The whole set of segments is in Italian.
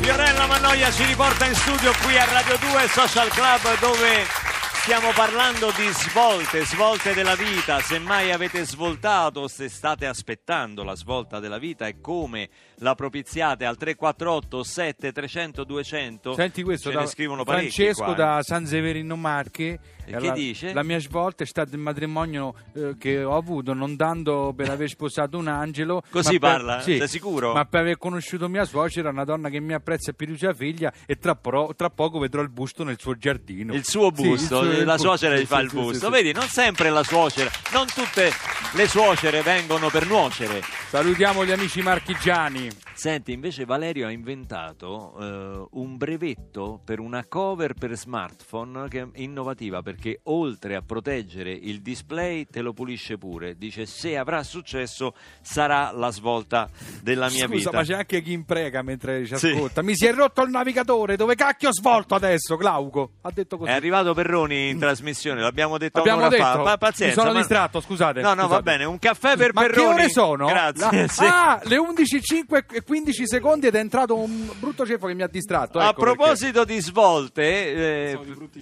Fiorella Mannoia ci riporta in studio qui a Radio 2 Social Club, dove stiamo parlando di svolte della vita. Se mai avete svoltato, se state aspettando la svolta della vita e come la propiziate al 348 7300 200. Senti questo, ne scrivono parecchi Francesco qua, da San Severino Marche. E che dice? La mia svolta è stata il matrimonio che ho avuto non tanto per aver sposato un angelo. Così parla? Sì, sei sicuro? ma per aver conosciuto mia suocera, una donna che mi apprezza più di sua figlia, e tra poco vedrò il busto nel suo giardino. Il suo busto, la suocera gli fa il busto. Sì. Vedi, non sempre la suocera, non tutte le suocere vengono per nuocere. Salutiamo gli amici marchigiani. Senti, invece Valerio ha inventato un brevetto per una cover per smartphone che è innovativa, perché oltre a proteggere il display te lo pulisce pure. Dice: se avrà successo sarà la svolta della mia vita. Scusa, ma c'è anche chi imprega mentre ci ascolta. Mi si è rotto il navigatore, dove cacchio ho svolto adesso, Glauco? Ha detto così. È arrivato Perroni in trasmissione, l'abbiamo detto Abbiamo un'ora detto, fa. Pazienza, mi sono distratto, scusate. No, scusate. va bene, un caffè per ma Perroni. che ore sono? Grazie. Sì. Le 11:05 e 15 secondi ed è entrato un brutto ceffo che mi ha distratto. A ecco proposito di svolte,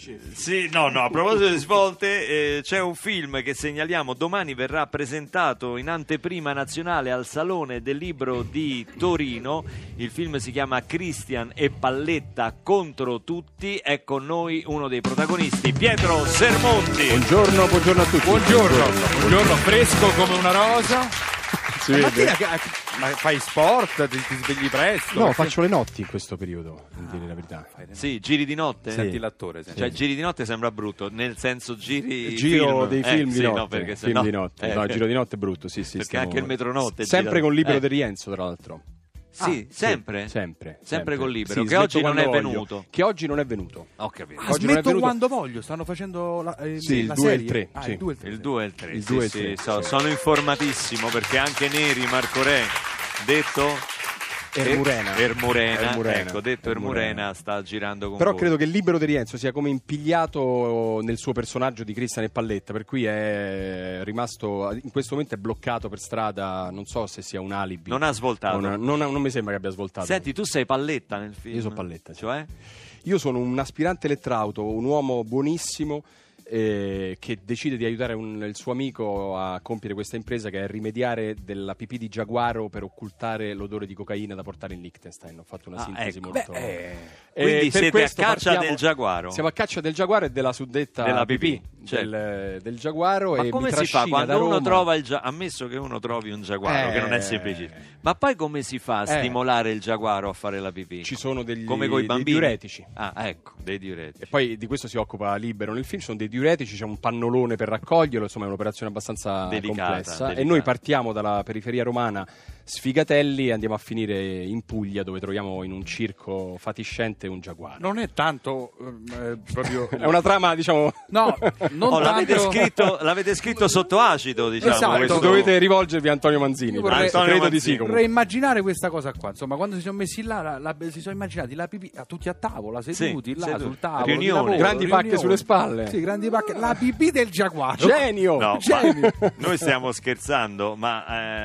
sì, no, a proposito di svolte, c'è un film che segnaliamo domani verrà presentato in anteprima nazionale al Salone del Libro di Torino. Il film si chiama Christian e Palletta contro tutti. È con noi uno dei protagonisti, Pietro Sermonti. Buongiorno a tutti. Buongiorno, fresco come una rosa. Si Ma vede? ma fai sport, ti svegli presto? No, faccio le notti in questo periodo, a dire la verità. Sì, giri di notte? Senti l'attore. Senti. Cioè, giri di notte sembra brutto, nel senso Giro film. dei film di sì, notte. No, perché se film no, di notte. No, il giro di notte è brutto, sì. Perché anche il metronotte Sempre gira- con Libero di Rienzo, tra l'altro. Sì, sempre? Sempre con Libero, Sì, che oggi non è smetto quando venuto. voglio. Che oggi non è venuto. Ho capito. Oggi non è Smetto venuto. quando voglio, stanno facendo la Sì, il la 2 e il serie. 3, sì. Il 2 e il 3. Il 2 e il 3. Il sì, 2 e il sì, 3, sì. sono informatissimo, perché anche Neri, Marco Re, detto... Ermurena. Ecco, detto Ermurena sta girando con Però voi. credo che Libero di Rienzo sia come impigliato nel suo personaggio di Christian e Palletta, per cui è rimasto, in questo momento è bloccato per strada, non so se sia un alibi. Non ha svoltato. Non mi sembra che abbia svoltato. Senti, tu sei Palletta nel film? Io sono Palletta, sì. Cioè? Io sono un aspirante elettrauto, un uomo buonissimo che decide di aiutare il suo amico a compiere questa impresa, che è rimediare della pipì di giaguaro per occultare l'odore di cocaina da portare in Liechtenstein. Ho fatto una sintesi ecco. molto... Quindi per siete questo a caccia partiamo- del giaguaro? Siamo a caccia del giaguaro e della suddetta Della pipì, del giaguaro. Ma e come mi si fa trascina da quando uno Roma. trova il giaguaro? Ammesso che uno trovi un giaguaro, che non è semplice, ma poi come si fa a stimolare il giaguaro a fare la pipì? Ci sono come coi dei bambini? diuretici. Ah, ecco, dei diuretici. E poi di questo si occupa Libero nel film. Sono dei diuretici, c'è un pannolone per raccoglierlo, insomma è un'operazione abbastanza complessa. E noi partiamo dalla periferia romana, sfigatelli, e andiamo a finire in Puglia, dove troviamo in un circo fatiscente un giaguaro. Non è tanto proprio... È una trama, diciamo... No, non Oh, tanto... l'avete scritto sotto acido, diciamo. Esatto. questo- Dovete rivolgervi a Antonio Manzini. Io vorrei- Credo Antonio di sì, Manzini. comunque. Vorrei immaginare questa cosa qua, insomma, quando si sono messi là, si sono immaginati la pipì, tutti a tavola, seduti là seduti. sul tavolo, Riunione. di lavoro, Grandi pacche riunione. sulle spalle. Sì, grandi pacche, la pipì del giaguaro. Genio! No, Genio. ma noi stiamo scherzando, ma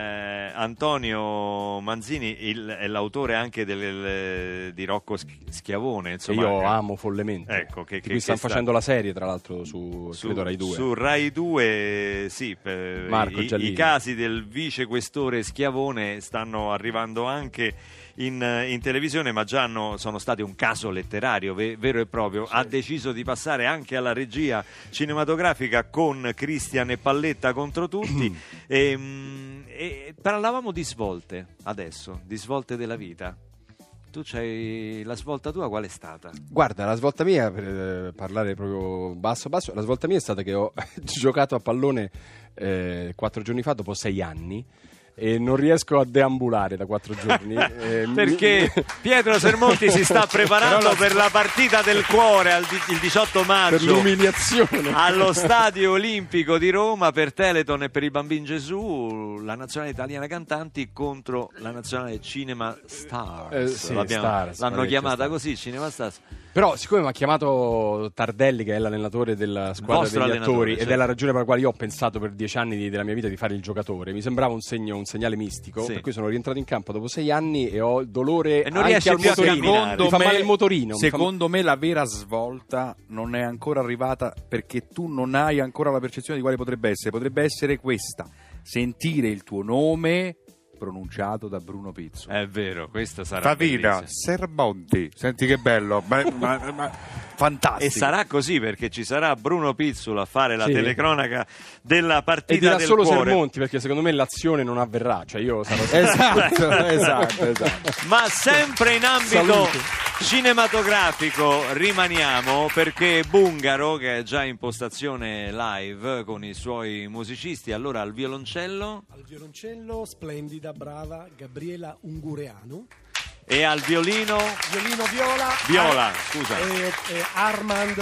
Antonio Manzini è l'autore anche di Rocco Schiavone, Che insomma. io amo follemente. Ecco, Di cui stanno facendo la serie, tra l'altro, su credo Rai 2. Su Rai 2, sì, Marco i Giallini. casi del vicequestore Schiavone stanno arrivando anche in televisione, ma già sono stati un caso letterario vero e proprio. Ha deciso di passare anche alla regia cinematografica con Christian e Palletta contro tutti. E parlavamo di svolte adesso, di svolte della vita. Tu c'hai la svolta tua, qual è stata? Guarda, la svolta mia, per parlare proprio basso, la svolta mia è stata che ho giocato a pallone 4 giorni fa, dopo 6 anni, e non riesco a deambulare da 4 giorni. Perché Pietro Sermonti si sta preparando per la partita del cuore il 18 maggio. Per l'umiliazione. Allo Stadio Olimpico di Roma, per Teleton e per i Bambini Gesù, la nazionale italiana cantanti contro la nazionale Cinema Stars. Sì, L'hanno Stars, chiamata Stars. così, Cinema Stars. Però siccome mi ha chiamato Tardelli, che è l'allenatore della squadra Vostro degli attori, certo. ed è la ragione per la quale io ho pensato per 10 anni della mia vita di fare il giocatore, mi sembrava un segnale mistico, Sì. per cui sono rientrato in campo dopo 6 anni e ho il dolore E non anche riesci al più a motorino. camminare. Mi fa male il motorino. Secondo me la vera svolta non è ancora arrivata, perché tu non hai ancora la percezione di quale potrebbe essere. Potrebbe essere questa: sentire il tuo nome pronunciato da Bruno Pizzo. È vero, questo sarà Favina, bellissimo. Sermonti, senti che bello, fantastico. E sarà così, perché ci sarà Bruno Pizzula a fare la Sì. telecronaca della E partita dirà del solo cuore. Sermonti, perché secondo me l'azione non avverrà, cioè io sarò esatto. Ma sempre in ambito Salute. cinematografico rimaniamo, perché Bungaro, che è già in postazione live con i suoi musicisti, allora al violoncello Al violoncello, splendida, brava Gabriela Ungureanu. e al violino Violino Viola, scusa. e Armand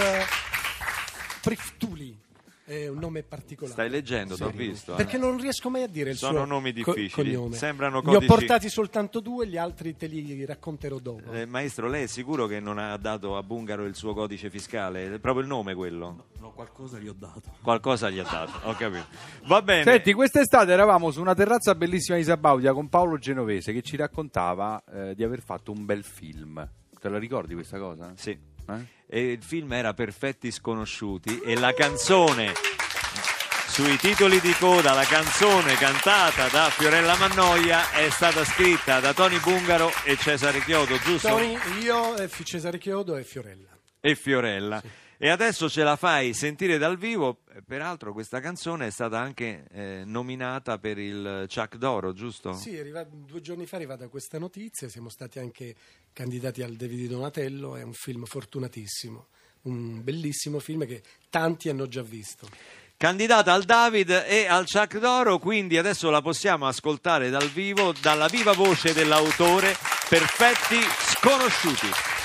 Priftuli. È un nome particolare. Stai leggendo, Sì. t'ho visto. Perché non riesco mai a dire il Sono suo nomi difficili, cognome. sembrano Ne ho codici. portati soltanto 2, gli altri te li racconterò dopo. Maestro, lei è sicuro che non ha dato a Bungaro il suo codice fiscale? È proprio il nome quello? No, qualcosa gli ho dato. Qualcosa gli ha dato, ho capito. Va bene. Senti, quest'estate eravamo su una terrazza bellissima di Sabaudia con Paolo Genovese, che ci raccontava di aver fatto un bel film. Te la ricordi questa cosa? Sì. Eh? E il film era Perfetti Sconosciuti e la canzone sui titoli di coda, la canzone cantata da Fiorella Mannoia è stata scritta da Tony Bungaro e Cesare Chiodo, giusto? Tony, io, Cesare Chiodo e Fiorella. E Fiorella. E adesso ce la fai sentire dal vivo. Peraltro questa canzone è stata anche nominata per il Chuck d'Oro, giusto? Sì, 2 giorni fa è arrivata questa notizia, siamo stati anche candidati al David di Donatello, è un film fortunatissimo, un bellissimo film che tanti hanno già visto. Candidata al David e al Chuck d'Oro, quindi adesso la possiamo ascoltare dal vivo, dalla viva voce dell'autore, Perfetti Sconosciuti.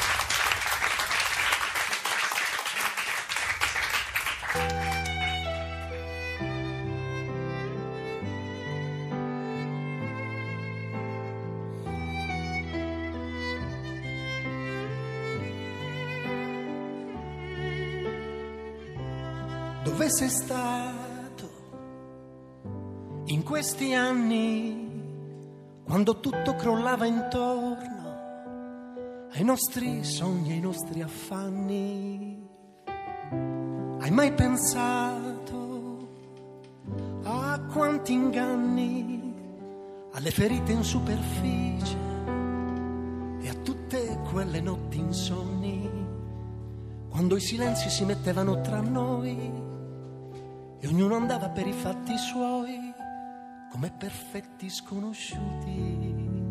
Dove sei stato in questi anni, quando tutto crollava intorno ai nostri sogni, ai nostri affanni? Hai mai pensato a quanti inganni, alle ferite in superficie e a tutte quelle notti insonni, quando i silenzi si mettevano tra noi e ognuno andava per i fatti suoi come perfetti sconosciuti?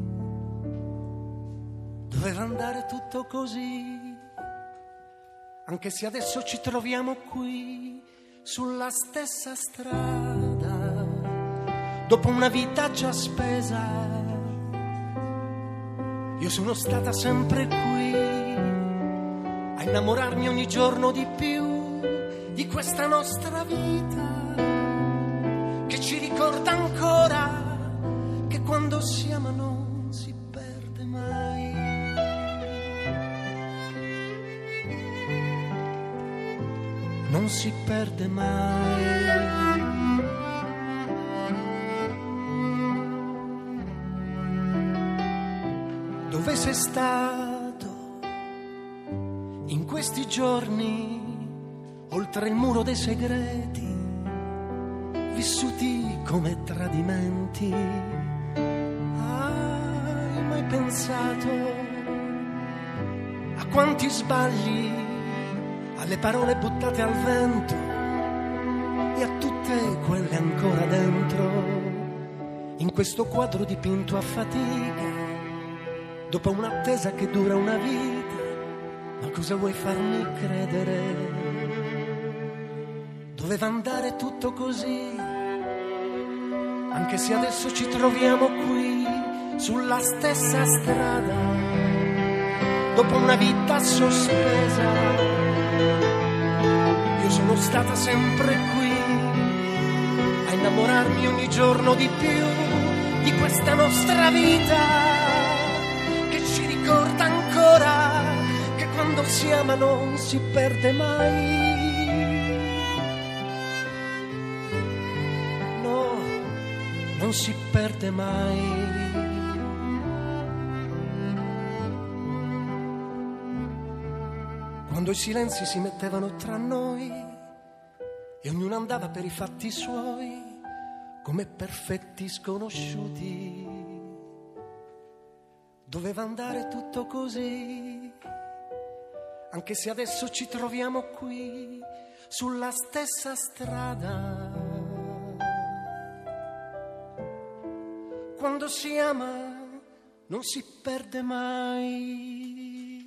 Doveva andare tutto così, anche se adesso ci troviamo qui sulla stessa strada, dopo una vita già spesa. Io sono stata sempre qui a innamorarmi ogni giorno di più di questa nostra vita, che ci ricorda ancora che quando si ama non si perde mai. Non si perde mai. Dove sei stato in questi giorni, oltre il muro dei segreti, vissuti come tradimenti? Hai mai pensato a quanti sbagli, alle parole buttate al vento e a tutte quelle ancora dentro, in questo quadro dipinto a fatica, dopo un'attesa che dura una vita? Ma cosa vuoi farmi credere? Doveva andare tutto così, anche se adesso ci troviamo qui sulla stessa strada, dopo una vita sospesa. Io sono stata sempre qui a innamorarmi ogni giorno di più di questa nostra vita, che ci ricorda ancora che quando si ama non si perde mai. No, non si perde mai. Quando i silenzi si mettevano tra noi e ognuno andava per i fatti suoi come perfetti sconosciuti, doveva andare tutto così, anche se adesso ci troviamo qui sulla stessa strada. Quando si ama non si perde mai.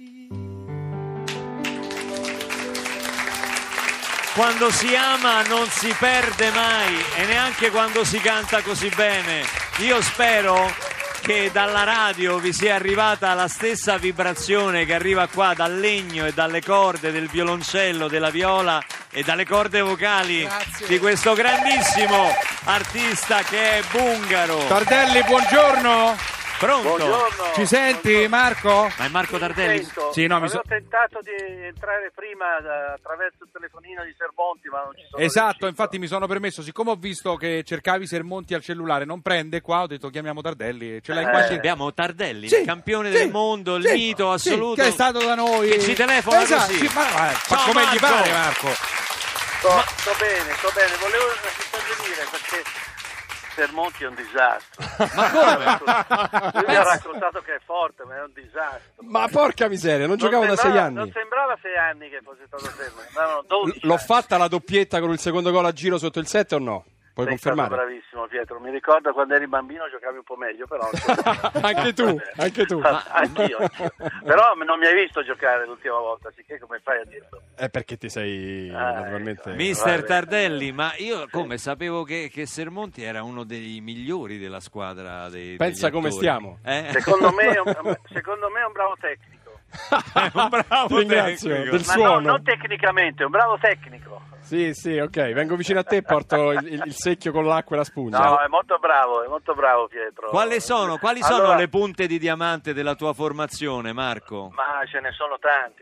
Quando si ama non si perde mai, e neanche quando si canta così bene. Io spero che dalla radio vi sia arrivata la stessa vibrazione che arriva qua dal legno e dalle corde del violoncello, della viola e dalle corde vocali. Grazie. Di questo grandissimo artista che è Bungaro. Tardelli, buongiorno. Pronto? Buongiorno. Ci senti, Marco? Ma è Marco Tardelli? Sì, no, avevo tentato di entrare prima attraverso il telefonino di Sermonti, ma non ci sono riuscito. Infatti mi sono permesso, siccome ho visto che cercavi Sermonti al cellulare, non prende qua, ho detto chiamiamo Tardelli. Ce l'hai qua? Abbiamo Tardelli, Sì, il campione del mondo, il mito assoluto. Che è stato da noi. Che ci telefona esatto, così. Sì, ma Ciao, come Marco. gli pare, Marco? Sto bene, volevo intervenire perché Sermonti è un disastro. Ma come? Lui mi ha raccontato che è forte, ma è un disastro. Ma porca miseria, non giocavo da 6 anni. Non sembrava 6 anni che fosse stato fermo, sembravano 12 L'ho anni. fatta la doppietta con il secondo gol a giro sotto il 7 o no? Puoi Sei confermare? stato bravissimo, Pietro. Mi ricordo quando eri bambino giocavi un po' meglio, però Anche tu, anche tu. Anch'io. Però non mi hai visto giocare l'ultima volta, sicché come fai a dirlo? È perché ti sei naturalmente... Mister Vabbè. Tardelli, ma io come sapevo che Sermonti era uno dei migliori della squadra Pensa degli come attori. stiamo. Secondo me è un bravo tecnico. È un bravo Ringrazio, tecnico. del Ma suono. non tecnicamente, è un bravo tecnico. Sì, ok, vengo vicino a te e porto il secchio con l'acqua e la spugna. No, è molto bravo Pietro. Quali sono Allora, le punte di diamante della tua formazione, Marco? Ma ce ne sono tanti.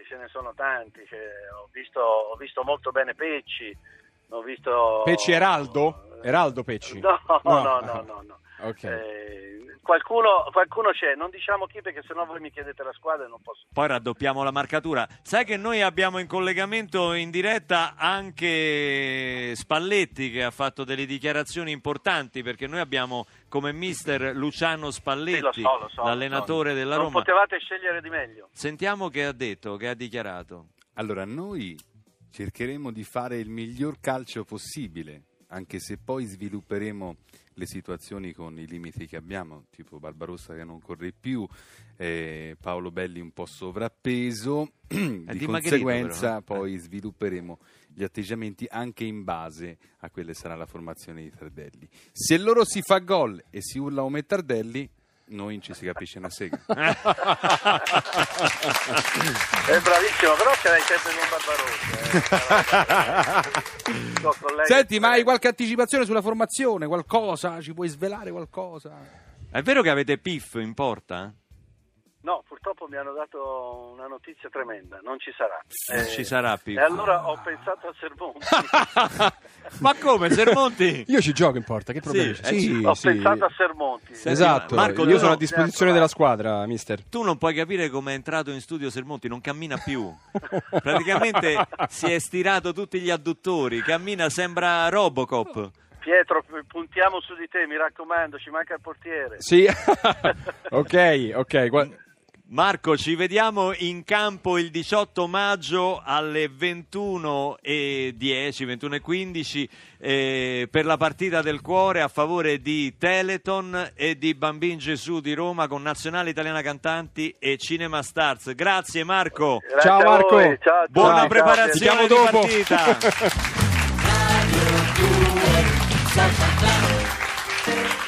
Ho visto molto bene Pecci, ho visto... Pecci Eraldo? Eraldo Pecci? No. Ok. Qualcuno c'è, non diciamo chi perché sennò voi mi chiedete la squadra e non posso. Poi raddoppiamo la marcatura. Sai che noi abbiamo in collegamento in diretta anche Spalletti, che ha fatto delle dichiarazioni importanti, perché noi abbiamo come mister Luciano Spalletti, Sì, lo so, l'allenatore della non Roma. potevate scegliere di meglio. Sentiamo che ha detto, che ha dichiarato. Allora, noi cercheremo di fare il miglior calcio possibile, anche se poi svilupperemo le situazioni con i limiti che abbiamo, tipo Barbarossa che non corre più, Paolo Belli un po' sovrappeso, di conseguenza però, poi svilupperemo gli atteggiamenti anche in base a quelle sarà la formazione di Tardelli. Se loro si fa gol e si urla come Tardelli, noi non ci si capisce una sega. È bravissimo, però ce l'hai sempre con Barbarossa. Senti, ma hai qualche anticipazione sulla formazione? Qualcosa? Ci puoi svelare qualcosa? È vero che avete Piff in porta? No, purtroppo mi hanno dato una notizia tremenda, non ci sarà. Non ci sarà Piff. E allora ho pensato a Sermonti. Ma come, Sermonti? Io ci gioco in porta, che problema Sì, c'è? Ho pensato a Sermonti. Esatto, Marco, io tu sono no- a disposizione della squadra, mister. Tu non puoi capire come è entrato in studio Sermonti, non cammina più. Praticamente si è stirato tutti gli adduttori, cammina, sembra Robocop. Pietro, puntiamo su di te, mi raccomando, ci manca il portiere. Sì, ok. Marco, ci vediamo in campo il 18 maggio alle 21:10, 21:15 per la partita del cuore a favore di Teleton e di Bambin Gesù di Roma con Nazionale Italiana Cantanti e Cinema Stars. Grazie Marco. Grazie Ciao, a Marco. voi, ciao, Buona ciao, preparazione Ti chiamo di dopo. partita.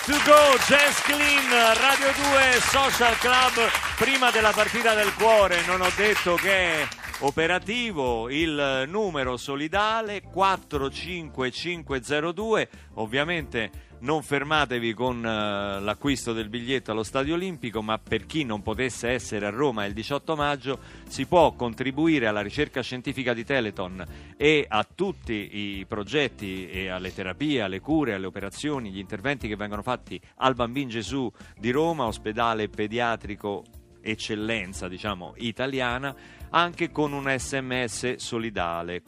to go, Jazz Clean, Radio 2 Social Club, prima della partita del cuore. Non ho detto che è operativo il numero solidale 45502, ovviamente non fermatevi con l'acquisto del biglietto allo Stadio Olimpico, ma per chi non potesse essere a Roma il 18 maggio si può contribuire alla ricerca scientifica di Telethon e a tutti i progetti e alle terapie, alle cure, alle operazioni, gli interventi che vengono fatti al Bambin Gesù di Roma, ospedale pediatrico eccellenza, diciamo, italiana, anche con un SMS solidale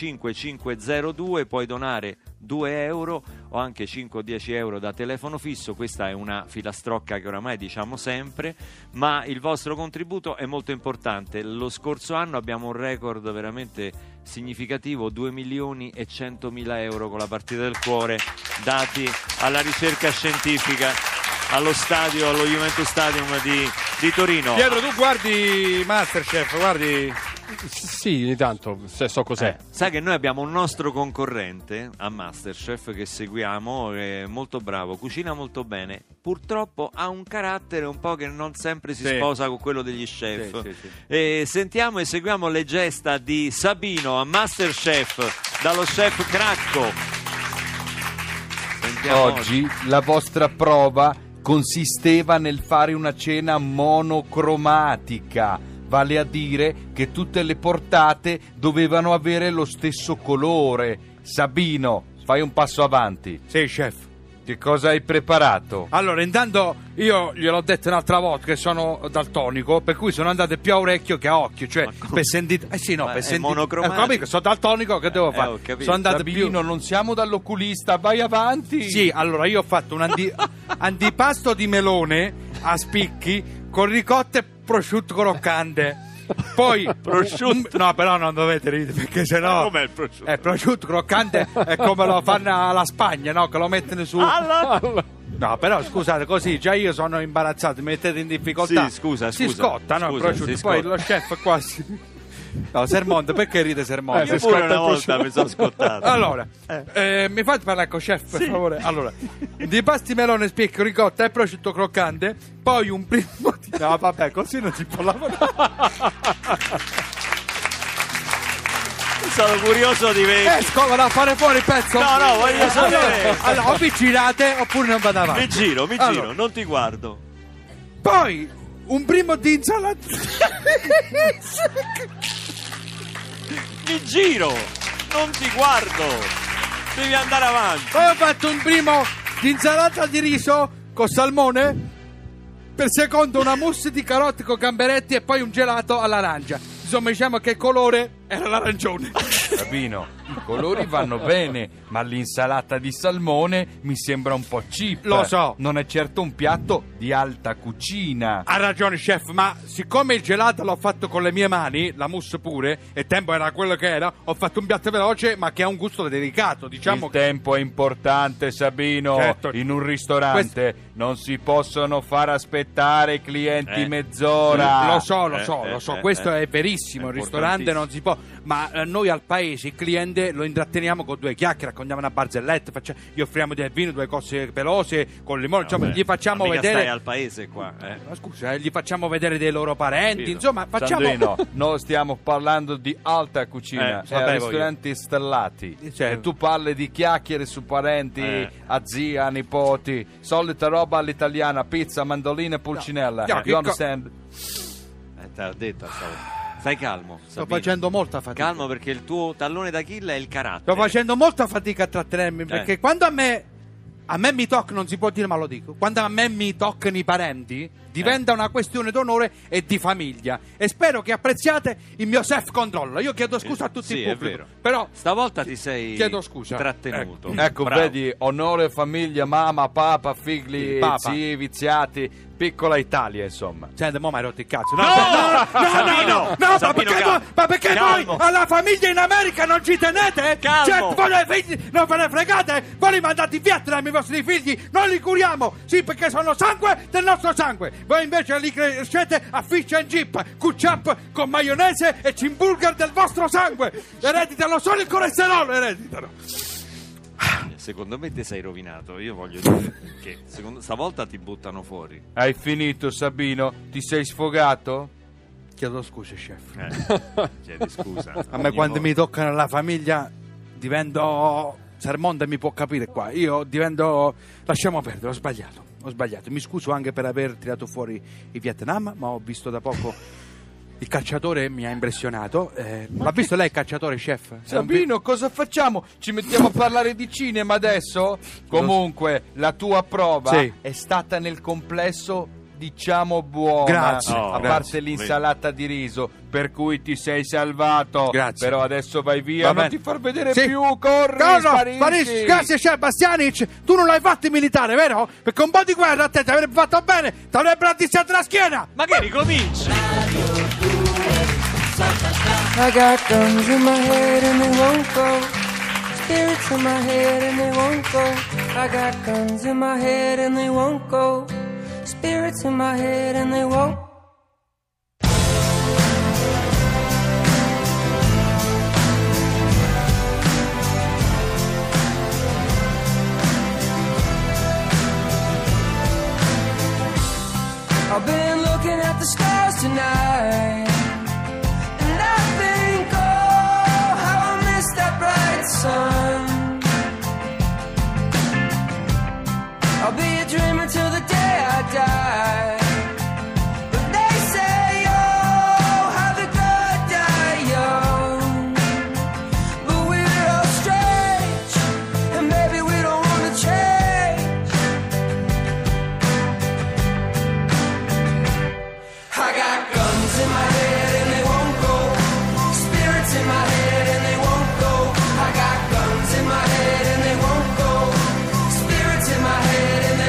45502. Puoi donare 2 euro o anche 5 o 10 euro da telefono fisso. Questa è una filastrocca che oramai diciamo sempre, ma il vostro contributo è molto importante. Lo scorso anno abbiamo un record veramente significativo, 2.100.000 euro con la partita del cuore dati alla ricerca scientifica allo stadio, allo Juventus Stadium di Torino. Pietro, tu guardi Masterchef, guardi? Sì, ogni tanto so cos'è. Sai che noi abbiamo un nostro concorrente a Masterchef che seguiamo, è molto bravo, cucina molto bene, purtroppo ha un carattere un po' che non sempre si sposa con quello degli chef. Sì. E sentiamo e seguiamo le gesta di Sabino a Masterchef dallo chef Cracco. Sentiamo oggi la vostra prova consisteva nel fare una cena monocromatica, vale a dire che tutte le portate dovevano avere lo stesso colore. Sabino, fai un passo avanti. Sì, chef. Che cosa hai preparato? Allora, intanto io gliel'ho detto un'altra volta che sono daltonico, per cui sono andato più a orecchio che a occhio, cioè per sentire. Per sentire. Monocromatico. Sono daltonico, che devo fare? Sono andato Sabino, più. non siamo dall'oculista, vai avanti. Sì, allora io ho fatto un antipasto di melone a spicchi con ricotta e prosciutto croccante. Poi prosciutto? No, però non dovete ridere, perché sennò com'è il prosciutto? Prosciutto croccante è come lo fanno alla Spagna, no? Che lo mettono su. No, però scusate, così già io sono imbarazzato, mi mettete in difficoltà. Sì, scusa. Si scotta, no? Il prosciutto. Poi lo chef qua No, Sermonte, perché ride Sermonte? Io pure una volta mi sono scottato. Allora, mi fate parlare con chef, per favore? Allora, di pasti melone, spicco, ricotta e prosciutto croccante, poi un primo... No, vabbè, così non si può lavorare. Sono curioso di vedere. Esco, vado a fare fuori il pezzo. No, voglio sapere. Allora, o vi girate oppure non vado avanti. Mi giro, non ti guardo. Poi, un primo di insalata... Mi giro, non ti guardo, devi andare avanti. Poi ho fatto un primo di insalata di riso con salmone, per secondo una mousse di carote con gamberetti e poi un gelato all'arancia. Insomma, diciamo che colore era l'arancione. Sabino, i colori vanno bene, ma l'insalata di salmone mi sembra un po' cheap. Lo so. Non è certo un piatto di alta cucina. Ha ragione, chef, ma siccome il gelato l'ho fatto con le mie mani, la mousse pure, e il tempo era quello che era, ho fatto un piatto veloce ma che ha un gusto delicato, diciamo. Il tempo è importante, Sabino. Certo. In un ristorante non si possono far aspettare i clienti mezz'ora. Lo so, questo è verissimo, il ristorante non si può, ma noi al paese il cliente lo intratteniamo con 2 chiacchiere, raccontiamo una barzelletta, gli offriamo del vino, 2 cose velose con limone, insomma, gli facciamo vedere. Stai al paese qua. Ma scusa, gli facciamo vedere dei loro parenti, insomma, facciamo. Sandrino, noi stiamo parlando di alta cucina, ristoranti stellati. Certo. E tu parli di chiacchiere su parenti, a zia, a nipoti, solita roba all'italiana, pizza, mandolina e pulcinella. You understand? Te l'ho detto, stai calmo. Sto facendo molta fatica. Calmo, perché il tuo tallone d'Achille è il carattere. Sto facendo molta fatica a trattenermi, perché quando a me mi tocca, non si può dire ma lo dico, quando a me mi toccano i parenti diventa una questione d'onore e di famiglia, e spero che apprezziate il mio self controllo. Io chiedo scusa a tutti il pubblico, è vero. Però stavolta ti sei chiedo scusa. trattenuto. Ecco, vedi, onore, famiglia, mamma, papà, figli, zii, viziati, piccola Italia, insomma. Senti, mo' mi hai rotto il cazzo. No, ma perché voi alla famiglia in America non ci tenete? Calmo. Cioè, voi ai figli non ve ne fregate? Voi li mandate in Vietnam i vostri figli, noi li curiamo, sì, perché sono sangue del nostro sangue. Voi invece li crescete a fish and chip, ketchup con maionese e cimburger del vostro sangue. Ereditalo solo il colesterolo, ereditalo. secondo me te sei rovinato. Io voglio dire che stavolta ti buttano fuori. Hai finito, Sabino? Ti sei sfogato? Chiedo scusa, chef. Chiedi scusa. A me quando mi toccano la famiglia divento... Sermonte mi può capire qua. Io divento... Lasciamo perdere, ho sbagliato. Mi scuso anche per aver tirato fuori il Vietnam, ma ho visto da poco... Il cacciatore mi ha impressionato. L'ha visto lei il cacciatore, chef? Sabino, cosa facciamo? Ci mettiamo a parlare di cinema adesso? Comunque, la tua prova è stata nel complesso, diciamo, buona. Grazie. A parte l'insalata di riso, per cui ti sei salvato. Grazie. Però adesso vai via, non ti far vedere più, corri, sparisci. Grazie, chef Bastianic. Tu non l'hai fatto in militare, vero? Perché un po' di guerra a te ti avrebbe fatto bene. Ti avrebbero addissato la schiena. Ma che ricominci? I got guns in my head and they won't go. Spirits in my head and they won't go. I got guns in my head and they won't go. Spirits in my head and they won't. I've been looking at the stars tonight. I'll be a dreamer till the day I die. But they say, oh, how the good die young. But we're all strange, and maybe we don't want to change. I got guns in my head and they won't go. Spirits in my head and they won't go. I got guns in my head and they won't go. Spirits in my head.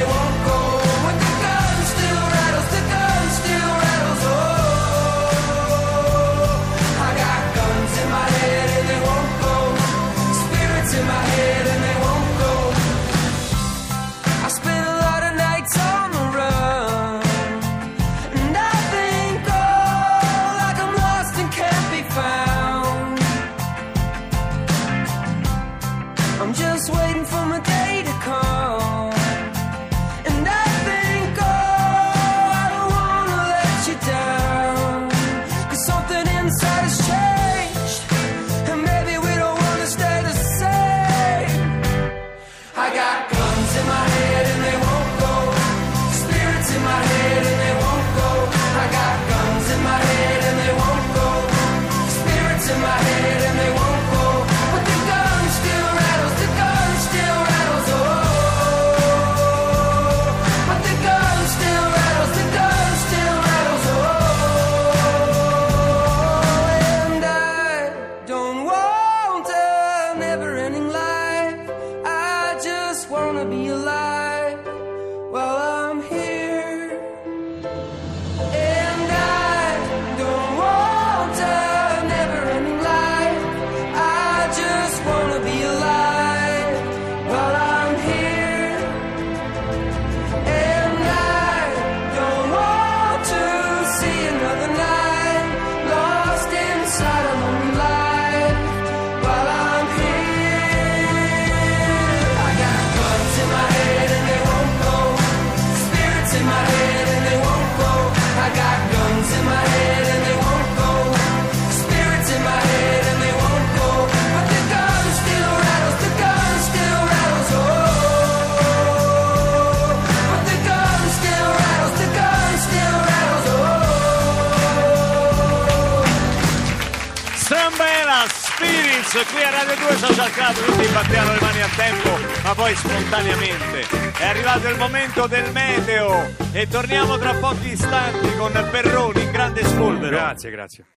I'm just waiting for my day to come. And I think, oh, I don't wanna let you down. 'Cause something inside has changed, and maybe we don't wanna stay the same. I got guns in my head and they won't go. Spirits in my head and they won't go. I got guns in my head and they won't go. Spirits in my head and they won't go. But the gun still rattles, the gun still rattles, oh. But the gun still rattles, the gun still rattles, oh. And I don't want a never-ending life. I just wanna be alive while I'm here. And I don't want a never-ending life. I just wanna be alive while I'm here. And I don't want to see another night lost inside a lonely life while I'm here. I got guns in my head and they won't go. Spirits in my head and they won't go. I got guns in my head and they won't go. Spirits in my head and they won't go. But the gun still rattles, the gun still rattles, oh. But the gun still rattles, the gun still rattles, oh. Strambella, Spirits, qui a Radio 2 Social Club, tutti batteranno le mani a tempo, ma poi spontaneamente. È arrivato il momento del meteo e torniamo tra pochi istanti con Perroni in grande spolvero. Grazie.